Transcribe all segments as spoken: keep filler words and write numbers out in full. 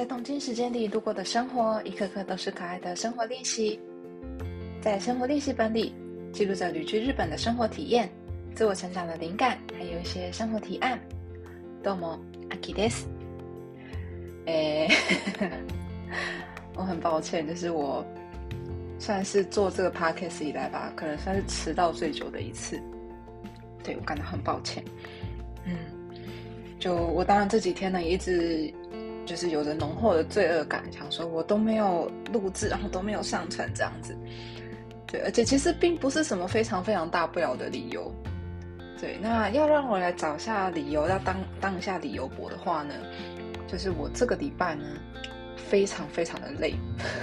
在东京时间里度过的生活，一颗颗都是可爱的生活练习。在生活练习本里，记录着旅居日本的生活体验、自我成长的灵感，还有一些生活提案。どうも、アキです。诶，我很抱歉，就是我算是做这个 podcast 以来吧，可能算是迟到最久的一次。对，我感到很抱歉。嗯，就我当然这几天呢，也一直就是有着浓厚的罪恶感，想说我都没有录制，然后都没有上传这样子。对，而且其实并不是什么非常非常大不了的理由。对，那要让我来找一下理由，要当当一下理由博的话呢，就是我这个礼拜呢非常非常的累。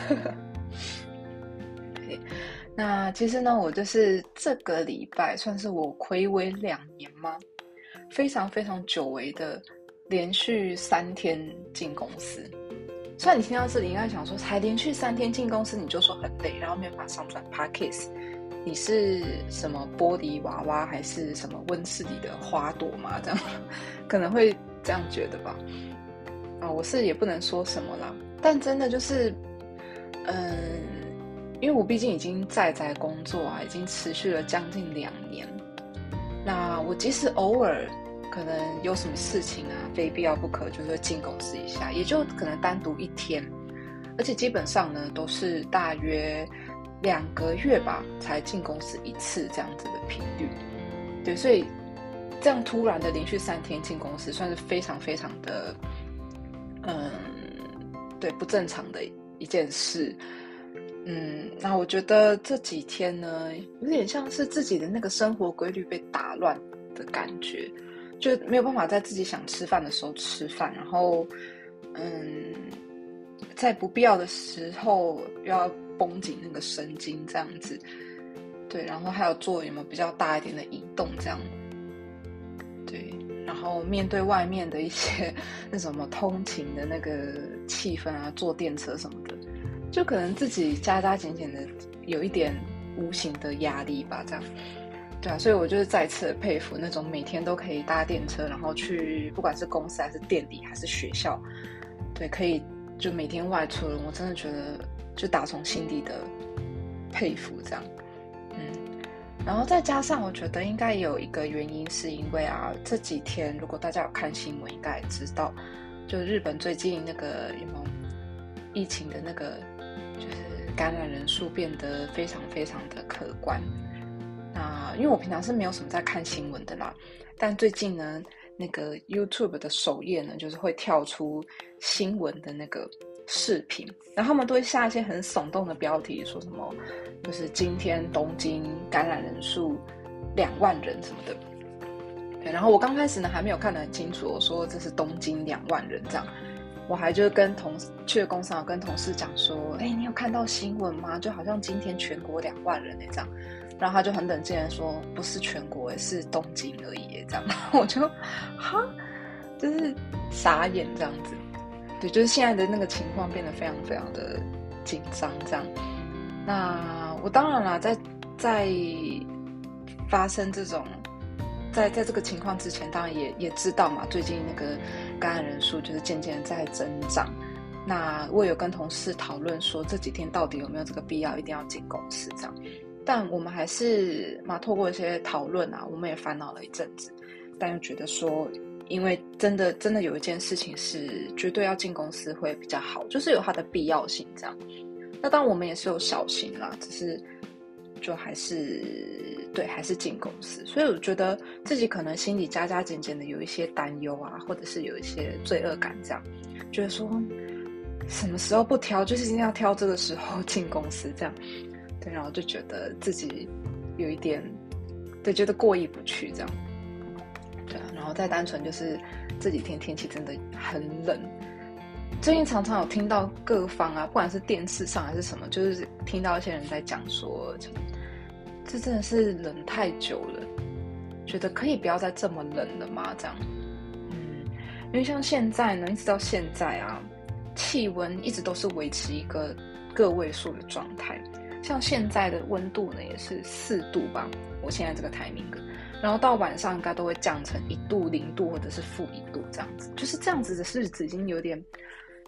对，那其实呢，我就是这个礼拜算是我睽违两年吗？非常非常久违的连续三天进公司。虽然你听到这里应该想说，才连续三天进公司你就说很累，然后没有办法上传 podcast， 你是什么玻璃娃娃还是什么温室里的花朵吗？这样可能会这样觉得吧。啊，我是也不能说什么啦，但真的就是，嗯，因为我毕竟已经在在工作啊，已经持续了将近两年。那我即使偶尔可能有什么事情啊，非必要不可，就会进公司一下，也就可能单独一天，而且基本上呢都是大约两个月吧才进公司一次这样子的频率。对，所以这样突然的连续三天进公司，算是非常非常的，嗯，对，不正常的一件事。嗯，那我觉得这几天呢，有点像是自己的那个生活规律被打乱的感觉，就没有办法在自己想吃饭的时候吃饭，然后，嗯，在不必要的时候又要绷紧那个神经这样子，对，然后还有做有没有比较大一点的移动这样，对，然后面对外面的一些那什么通勤的那个气氛啊，坐电车什么的。就可能自己加加减减的有一点无形的压力吧，这样，对啊，所以我就是再次的佩服那种每天都可以搭电车，然后去不管是公司还是店里还是学校，对，可以就每天外出的人，我真的觉得就打从心底的佩服这样，嗯，然后再加上我觉得应该有一个原因，是因为啊这几天如果大家有看新闻，应该也知道，就日本最近那个有没有疫情的那个。就是感染人数变得非常非常的可观。那因为我平常是没有什么在看新闻的啦，但最近呢，那个 YouTube 的首页呢，就是会跳出新闻的那个视频，然后他们都会下一些很耸动的标题，说什么就是今天东京感染人数两万人什么的。对，然后我刚开始呢还没有看得很清楚，我说这是东京两万人这样。我还就跟同事去了公司，跟同事讲说，哎、欸，你有看到新闻吗？就好像今天全国两万人哎、欸，这样，然后他就很冷静的说，不是全国、欸，是东京而已、欸，这样，我就哈，就是傻眼这样子，对，就是现在的那个情况变得非常非常的紧张，这样。那我当然啦，在在发生这种。在在这个情况之前，当然也也知道嘛，最近那个感染人数就是渐渐在增长。那我有跟同事讨论说，这几天到底有没有这个必要，一定要进公司这样。但我们还是嘛，透过一些讨论啊，我们也烦恼了一阵子，但又觉得说，因为真的真的有一件事情是绝对要进公司会比较好，就是有它的必要性这样。那当然我们也是有小心啦，只是就还是。对，还是进公司，所以我觉得自己可能心里加加减减的有一些担忧啊，或者是有一些罪恶感，这样觉得说什么时候不挑，就是一定要挑这个时候进公司，这样对，然后就觉得自己有一点对，觉得过意不去，这样对啊，然后再单纯就是这几天天气真的很冷，最近常常有听到各方啊，不管是电视上还是什么，就是听到一些人在讲说。这真的是冷太久了，觉得可以不要再这么冷了吗？这样，嗯，因为像现在呢，一直到现在啊，气温一直都是维持一个个位数的状态。像现在的温度呢，也是四度吧，我现在这个台名格，然后到晚上应该都会降成一度、零度或者是负一度这样子，就是这样子的日子已经有点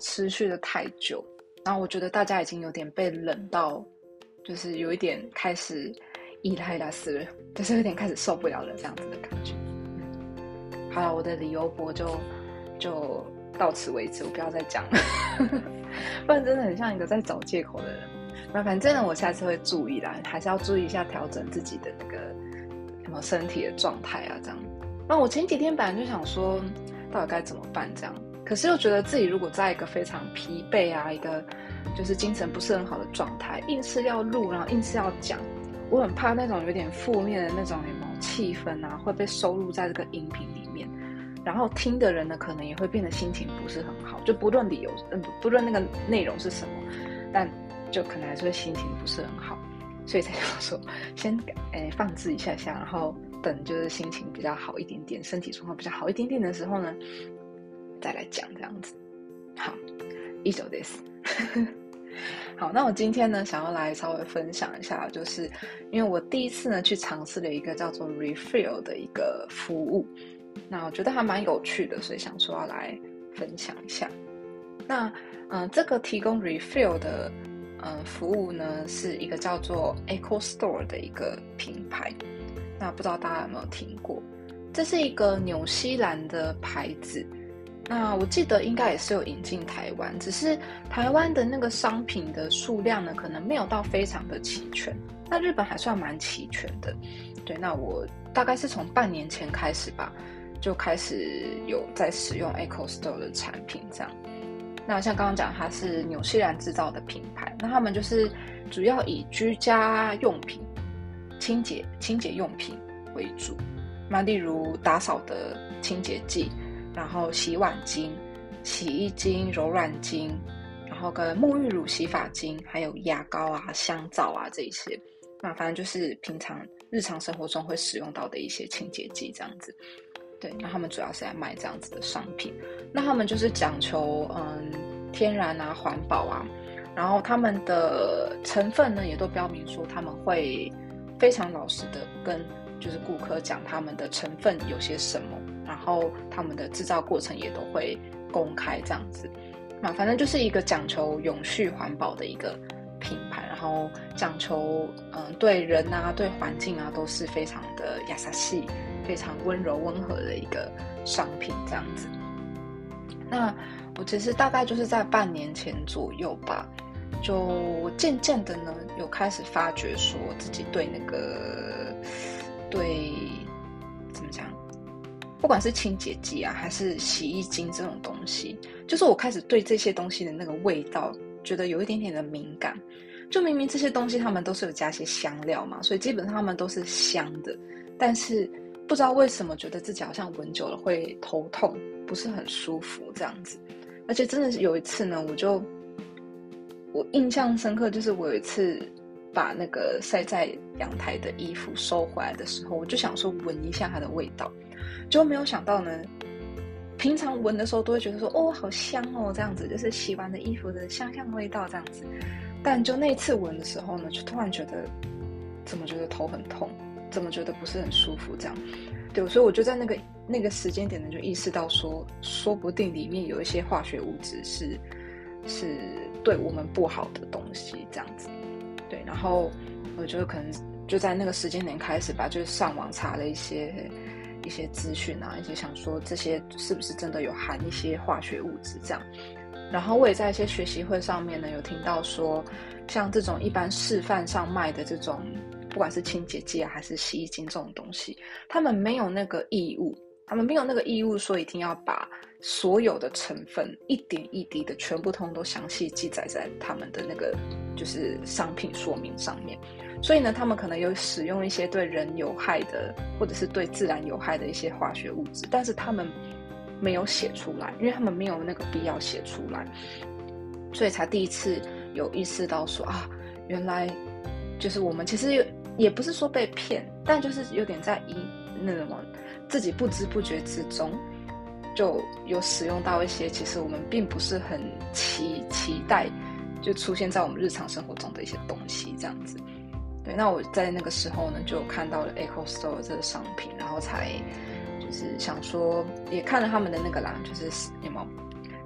持续的太久，然后我觉得大家已经有点被冷到，就是有一点开始依赖拉斯了，就是有点开始受不了了这样子的感觉。嗯、好了，我的理由博就就到此为止，我不要再讲了，不然真的很像一个在找借口的人。那反正呢，我下次会注意啦，还是要注意一下调整自己的那个什么身体的状态啊，这样。那我前几天本来就想说，到底该怎么办这样，可是又觉得自己如果在一个非常疲惫啊，一个就是精神不是很好的状态，硬是要录，然后硬是要讲，我很怕那种有点负面的那种有没有气氛啊，会被收录在这个音频里面，然后听的人呢，可能也会变得心情不是很好，就不论理由，嗯，不论那个内容是什么，但就可能还是会心情不是很好，所以才想说先诶放置一下下，然后等就是心情比较好一点点，身体状况比较好一点点的时候呢，再来讲这样子。好，以上です。好，那我今天呢想要来稍微分享一下，就是因为我第一次呢去尝试了一个叫做 Refill 的一个服务，那我觉得还蛮有趣的，所以想说要来分享一下。那嗯、呃，这个提供 Refill 的嗯、呃，服务呢是一个叫做 Eco Store 的一个品牌，那不知道大家有没有听过？这是一个纽西兰的牌子，那我记得应该也是有引进台湾，只是台湾的那个商品的数量呢，可能没有到非常的齐全。那日本还算蛮齐全的，对。那我大概是从半年前开始吧，就开始有在使用 Eco Store 的产品这样。那像刚刚讲，它是纽西兰制造的品牌，那他们就是主要以居家用品、清洁清洁用品为主，那例如打扫的清洁剂，然后洗碗巾、洗衣精、柔软巾，然后跟沐浴乳、洗发精，还有牙膏啊、香皂啊这一些，那反正就是平常日常生活中会使用到的一些清洁剂这样子。对，那他们主要是来卖这样子的商品，那他们就是讲求嗯天然啊、环保啊，然后他们的成分呢也都标明说他们会非常老实的跟就是顾客讲他们的成分有些什么，然后他们的制造过程也都会公开这样子。那反正就是一个讲求永续环保的一个品牌，然后讲求嗯对人啊、对环境啊都是非常的優しい、非常温柔温和的一个商品这样子。那我其实大概就是在半年前左右吧，就渐渐的呢有开始发觉说自己对那个对怎么讲，不管是清洁剂啊还是洗衣精这种东西，就是我开始对这些东西的那个味道觉得有一点点的敏感。就明明这些东西他们都是有加些香料嘛，所以基本上他们都是香的，但是不知道为什么觉得自己好像闻久了会头痛，不是很舒服这样子。而且真的是有一次呢，我就我印象深刻，就是我有一次把那个晒在阳台的衣服收回来的时候，我就想说闻一下它的味道，结果没有想到呢，平常闻的时候都会觉得说哦好香哦，这样子就是洗完的衣服的香香味道这样子，但就那次闻的时候呢，就突然觉得怎么觉得头很痛，怎么觉得不是很舒服这样。对，所以我就在那个那个时间点呢，就意识到说，说不定里面有一些化学物质是是对我们不好的东西这样子。对，然后我觉得可能就在那个时间点开始吧，就是上网查了一些一些资讯啊，一些想说这些是不是真的有含一些化学物质这样。然后我也在一些学习会上面呢，有听到说，像这种一般市贩上卖的这种，不管是清洁剂啊还是洗衣精这种东西，他们没有那个义务，他们没有那个义务说一定要把所有的成分一点一滴的全部通都详细记载在他们的那个就是商品说明上面。所以呢，他们可能有使用一些对人有害的或者是对自然有害的一些化学物质，但是他们没有写出来，因为他们没有那个必要写出来，所以才第一次有意识到说啊，原来就是我们其实也不是说被骗，但就是有点在一那种自己不知不觉之中就有使用到一些其实我们并不是很期期待就出现在我们日常生活中的一些东西这样子。对，那我在那个时候呢就看到了 Eco Store 这个商品，然后才就是想说也看了他们的那个啦，就是有没有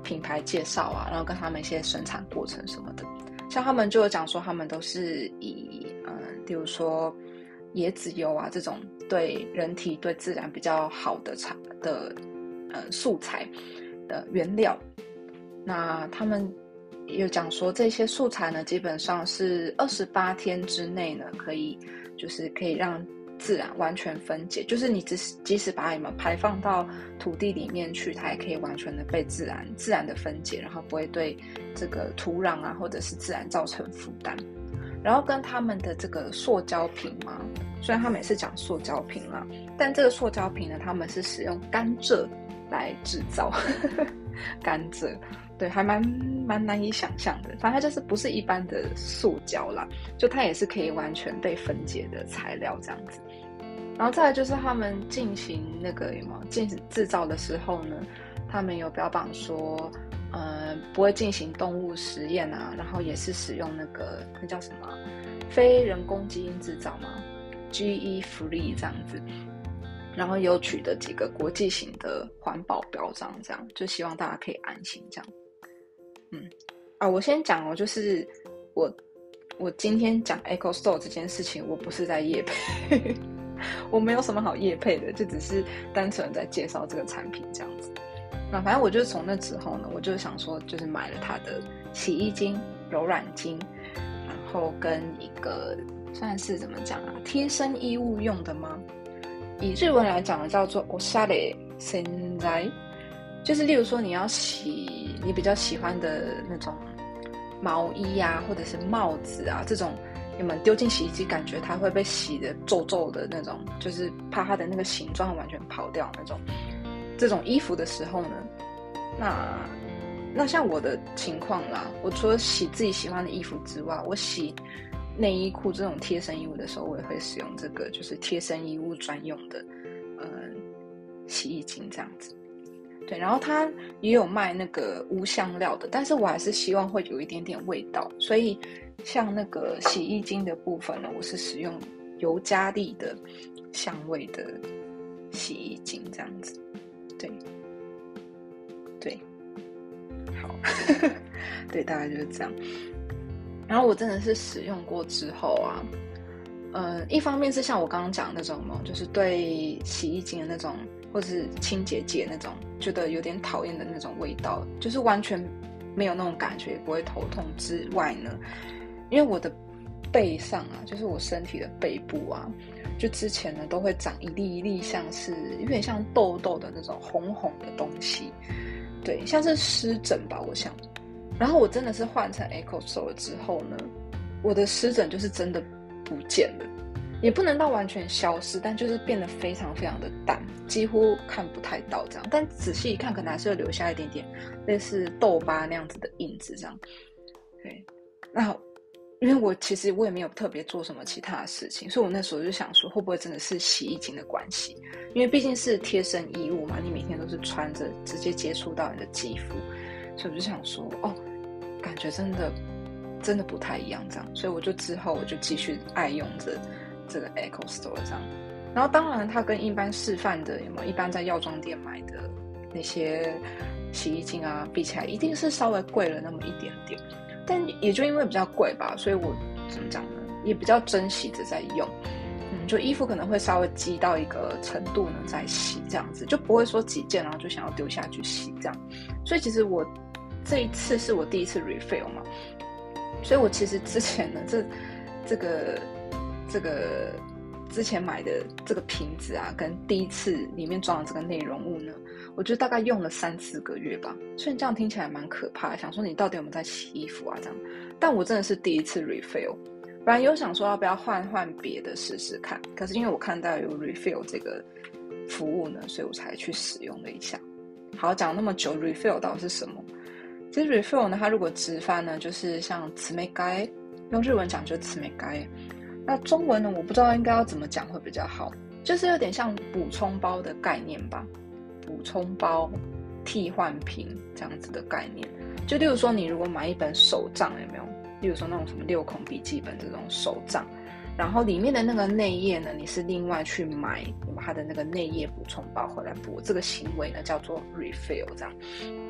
品牌介绍啊，然后跟他们一些生产过程什么的。像他们就有讲说，他们都是以嗯，例如说椰子油啊这种对人体对自然比较好的产的呃素材的原料。那他们有讲说，这些素材呢，基本上是二十八天之内呢，可以就是可以让自然完全分解，就是你即使即使把你们排放到土地里面去，它也可以完全的被自然自然的分解，然后不会对这个土壤啊或者是自然造成负担。然后跟他们的这个塑胶瓶嘛，虽然他们也是讲塑胶瓶啦，但这个塑胶瓶呢，他们是使用甘蔗来制造甘蔗，对，还蛮蛮难以想象的。反正它就是不是一般的塑胶啦，就它也是可以完全被分解的材料这样子。然后再来就是他们进行那个有没有进行制造的时候呢，他们有标榜说，呃，不会进行动物实验啊，然后也是使用那个那叫什么非人工基因制造嘛 ，G E free 这样子。然后也有取得几个国际型的环保标章，这样就希望大家可以安心这样。嗯，啊，我先讲哦，就是我我今天讲 Eco Store 这件事情，我不是在业配，我没有什么好业配的，就只是单纯在介绍这个产品这样子。那反正我就是从那之后呢，我就想说，就是买了它的洗衣精、柔软精，然后跟一个算是怎么讲啊，贴身衣物用的吗？以日文来讲呢，叫做おしゃれ洗剤，就是例如说你要洗你比较喜欢的那种毛衣啊，或者是帽子啊，这种你们丢进洗衣机，感觉它会被洗的皱皱的那种，就是怕它的那个形状完全跑掉那种。这种衣服的时候呢，那那像我的情况啦，我除了洗自己喜欢的衣服之外，我洗内衣裤这种贴身衣物的时候，我也会使用这个就是贴身衣物专用的呃洗衣精这样子。对，然后它也有卖那个无香料的，但是我还是希望会有一点点味道，所以像那个洗衣精的部分呢，我是使用尤加利的香味的洗衣精这样子。对对，好对，大概就是这样。然后我真的是使用过之后啊，呃，一方面是像我刚刚讲的那种嘛，就是对洗衣精的那种，或者是清洁剂那种，觉得有点讨厌的那种味道，就是完全没有那种感觉，也不会头痛之外呢，因为我的背上啊，就是我身体的背部啊，就之前呢都会长一粒一粒像是有点像痘痘的那种红红的东西，对，像是湿疹吧，我想。然后我真的是换成 Eco Store 之后呢，我的湿疹就是真的不见了，也不能到完全消失，但就是变得非常非常的淡，几乎看不太到这样。但仔细一看，可能还是会留下一点点类似痘疤那样子的印子这样。对，那因为我其实我也没有特别做什么其他的事情，所以我那时候就想说，会不会真的是洗衣精的关系？因为毕竟是贴身衣物嘛，你每天都是穿着，直接接触到你的肌肤。所以我就想说，哦，感觉真的真的不太一样这样，所以我就之后我就继续爱用着这个 Eco Store 这样。然后当然它跟一般示范的有没有一般在药妆店买的那些洗衣精啊比起来，一定是稍微贵了那么一点点，但也就因为比较贵吧，所以我怎么讲呢，也比较珍惜着在用。嗯，就衣服可能会稍微积到一个程度呢再洗这样子，就不会说几件然后就想要丢下去洗这样。所以其实我这一次是我第一次 refill 嘛，所以我其实之前呢，这这个这个之前买的这个瓶子啊，跟第一次里面装的这个内容物呢，我觉得大概用了三四个月吧。虽然这样听起来蛮可怕的，想说你到底有没有在洗衣服啊这样，但我真的是第一次 refill。本来有想说要不要换换别的试试看，可是因为我看到有 refill 这个服务呢，所以我才去使用了一下。好，讲那么久 refill 到底是什么？其实 refill 呢，它如果直翻呢，就是像詰め替え，用日文讲就是詰め替え。那中文呢，我不知道应该要怎么讲会比较好，就是有点像补充包的概念吧，补充包、替换品这样子的概念。就例如说，你如果买一本手账，有没有？例如说那种什么六孔笔记本这种手账，然后里面的那个内页呢，你是另外去买它的那个内页补充包回来补，这个行为呢叫做 refill 这样。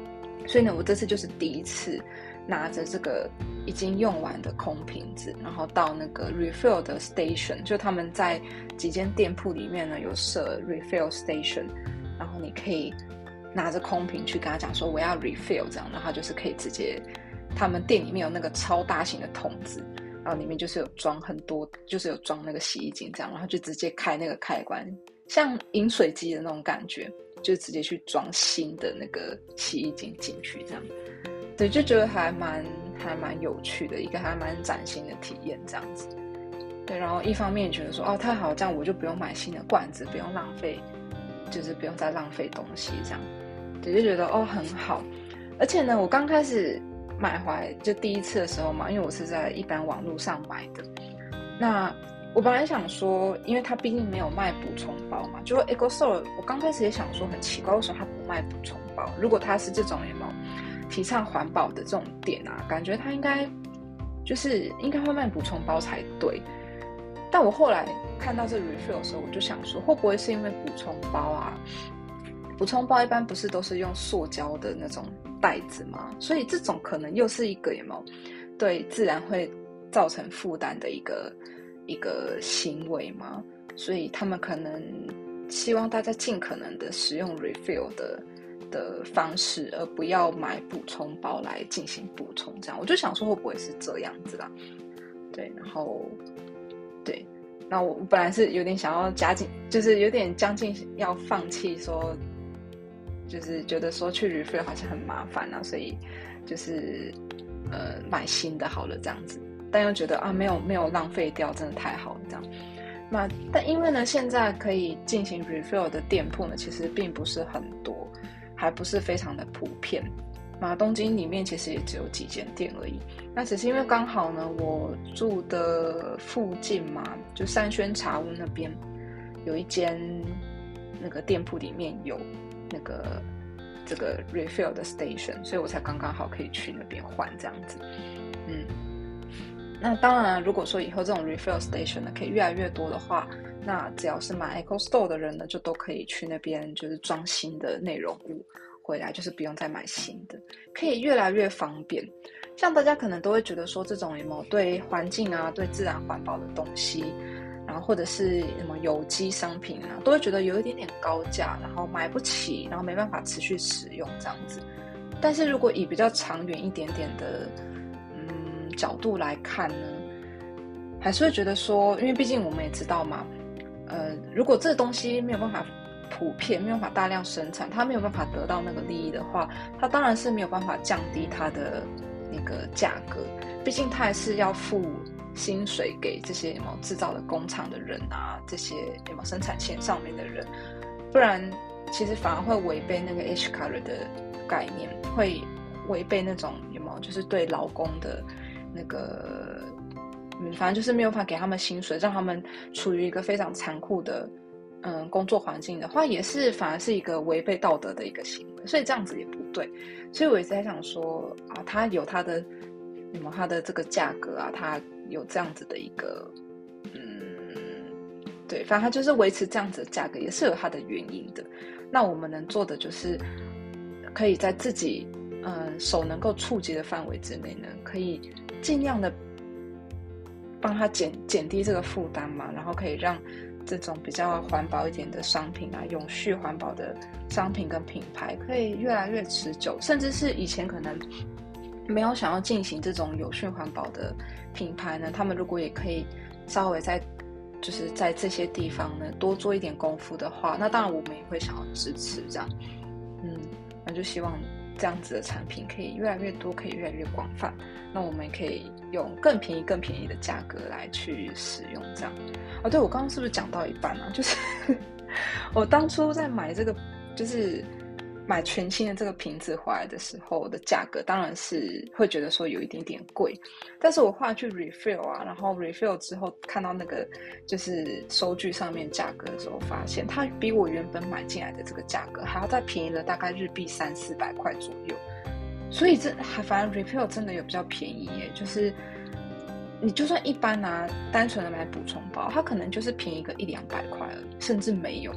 所以呢，我这次就是第一次拿着这个已经用完的空瓶子，然后到那个 refill 的 station， 就他们在几间店铺里面呢有设 refill station， 然后你可以拿着空瓶去跟他讲说我要 refill 这样，然后就是可以直接，他们店里面有那个超大型的桶子，然后里面就是有装很多，就是有装那个洗衣精这样，然后就直接开那个开关，像饮水机的那种感觉，就直接去装新的那个洗衣精进去这样。对，就觉得还蛮还蛮有趣的一个还蛮崭新的体验这样子。对，然后一方面觉得说哦太好，这样我就不用买新的罐子，不用浪费，就是不用再浪费东西这样。对，就觉得哦很好。而且呢，我刚开始买回来就第一次的时候嘛，因为我是在一般网络上买的，那我本来想说，因为它毕竟没有卖补充包嘛，就 EcoStore， 我刚开始也想说很奇怪，为什么它不卖补充包？如果它是这种有没有提倡环保的这种店啊，感觉它应该就是应该会卖补充包才对。但我后来看到这 refill 的时候，我就想说，会不会是因为补充包啊？补充包一般不是都是用塑胶的那种袋子吗？所以这种可能又是一个有没有对自然会造成负担的一个一个行为吗？所以他们可能希望大家尽可能的使用 refill 的的方式，而不要买补充包来进行补充。这样，我就想说会不会是这样子啦？对，然后对，那我本来是有点想要加紧，就是有点将近要放弃说。就是觉得说去 refill 好像很麻烦啊，所以就是呃买新的好了这样子，但又觉得啊没有没有浪费掉，真的太好了这样。那但因为呢现在可以进行 refill 的店铺呢，其实并不是很多，还不是非常的普遍。那东京里面其实也只有几间店而已。那只是因为刚好呢，我住的附近嘛，就三轩茶屋那边有一间那个店铺里面有。那个这个 refill 的 station， 所以我才刚刚好可以去那边换这样子。嗯，那当然如果说以后这种 refill station 呢可以越来越多的话，那只要是买 EcoStore 的人呢，就都可以去那边就是装新的内容物回来，就是不用再买新的，可以越来越方便。像大家可能都会觉得说这种有没有对环境啊对自然环保的东西，然后或者是什么有机商品啊，都会觉得有一点点高价，然后买不起，然后没办法持续使用这样子。但是如果以比较长远一点点的嗯角度来看呢，还是会觉得说，因为毕竟我们也知道嘛，呃，如果这个东西没有办法普遍，没有办法大量生产，它没有办法得到那个利益的话，它当然是没有办法降低它的那个价格，毕竟它还是要付薪水给这些有没有制造的工厂的人啊，这些有没有生产线上面的人，不然其实反而会违背那个 H-Color 的概念，会违背那种有没有就是对劳工的那个，嗯，反正就是没有办法给他们薪水，让他们处于一个非常残酷的嗯工作环境的话，也是反而是一个违背道德的一个行为，所以这样子也不对。所以我一直在想说啊，它有它的有没有它的这个价格啊，它有这样子的一个，嗯，对，反正它就是维持这样子的价格，也是有它的原因的。那我们能做的就是，可以在自己嗯手能够触及的范围之内呢，可以尽量的帮他减减低这个负担嘛，然后可以让这种比较环保一点的商品啊，永续环保的商品跟品牌可以越来越持久，甚至是以前可能没有想要进行这种有序环保的品牌呢，他们如果也可以稍微在就是在这些地方呢多做一点功夫的话，那当然我们也会想要支持这样，嗯，那就希望这样子的产品可以越来越多，可以越来越广泛，那我们可以用更便宜更便宜的价格来去使用这样。哦，对，我刚刚是不是讲到一半啊？就是我当初在买这个就是买全新的这个瓶子回来的时候的价格，当然是会觉得说有一点点贵，但是我后来去 refill 啊，然后 refill 之后看到那个就是收据上面价格的时候，发现它比我原本买进来的这个价格还要再便宜了大概日币三四百块左右，所以这还反正 refill 真的有比较便宜耶，就是你就算一般啊单纯的买补充包，它可能就是便宜个一两百块而已，甚至没有。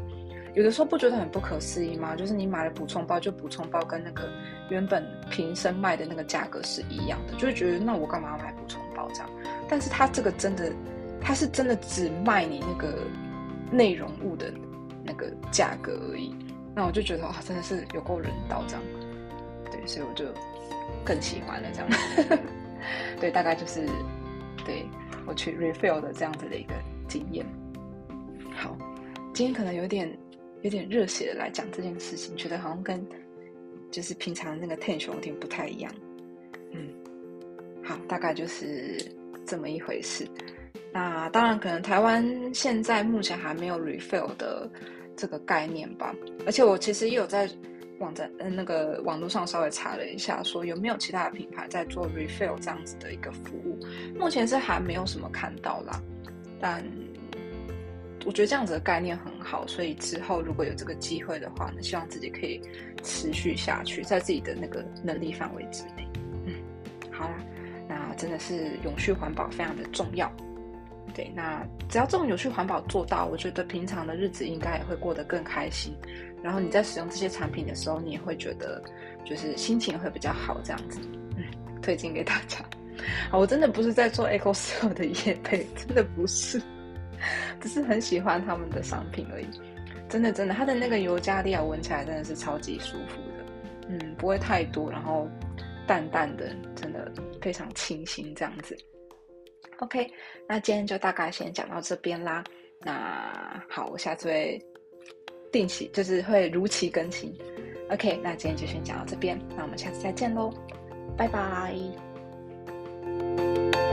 有的时候不觉得很不可思议吗？就是你买了补充包，就补充包跟那个原本瓶身卖的那个价格是一样的，就会觉得那我干嘛要买补充包这样？但是它这个真的，它是真的只卖你那个内容物的那个价格而已。那我就觉得哇，真的是有够人道这样。对，所以我就更喜欢了这样。对，大概就是对我去 refill 的这样子的一个经验。好，今天可能有点有点热血的来讲这件事情，觉得好像跟就是平常那个 tension 有点不太一样。嗯，好，大概就是这么一回事。那当然，可能台湾现在目前还没有 refill 的这个概念吧。而且我其实也有在网站呃那个网络上稍微查了一下，说有没有其他的品牌在做 refill 这样子的一个服务。目前是还没有什么看到啦，但我觉得这样子的概念很好，所以之后如果有这个机会的话呢，希望自己可以持续下去，在自己的那个能力范围之内。嗯，好啦，那真的是永续环保非常的重要。对，那只要这种永续环保做到，我觉得平常的日子应该也会过得更开心。然后你在使用这些产品的时候，你也会觉得就是心情会比较好，这样子。嗯，推荐给大家。好，我真的不是在做 EcoStore 的业配，真的不是。只是很喜欢他们的商品而已，真的真的，它的那个尤加利亚闻起来真的是超级舒服的，嗯，不会太多，然后淡淡的，真的非常清新这样子。OK， 那今天就大概先讲到这边啦。那好，我下次会定期，就是会如期更新。OK， 那今天就先讲到这边，那我们下次再见喽，拜拜。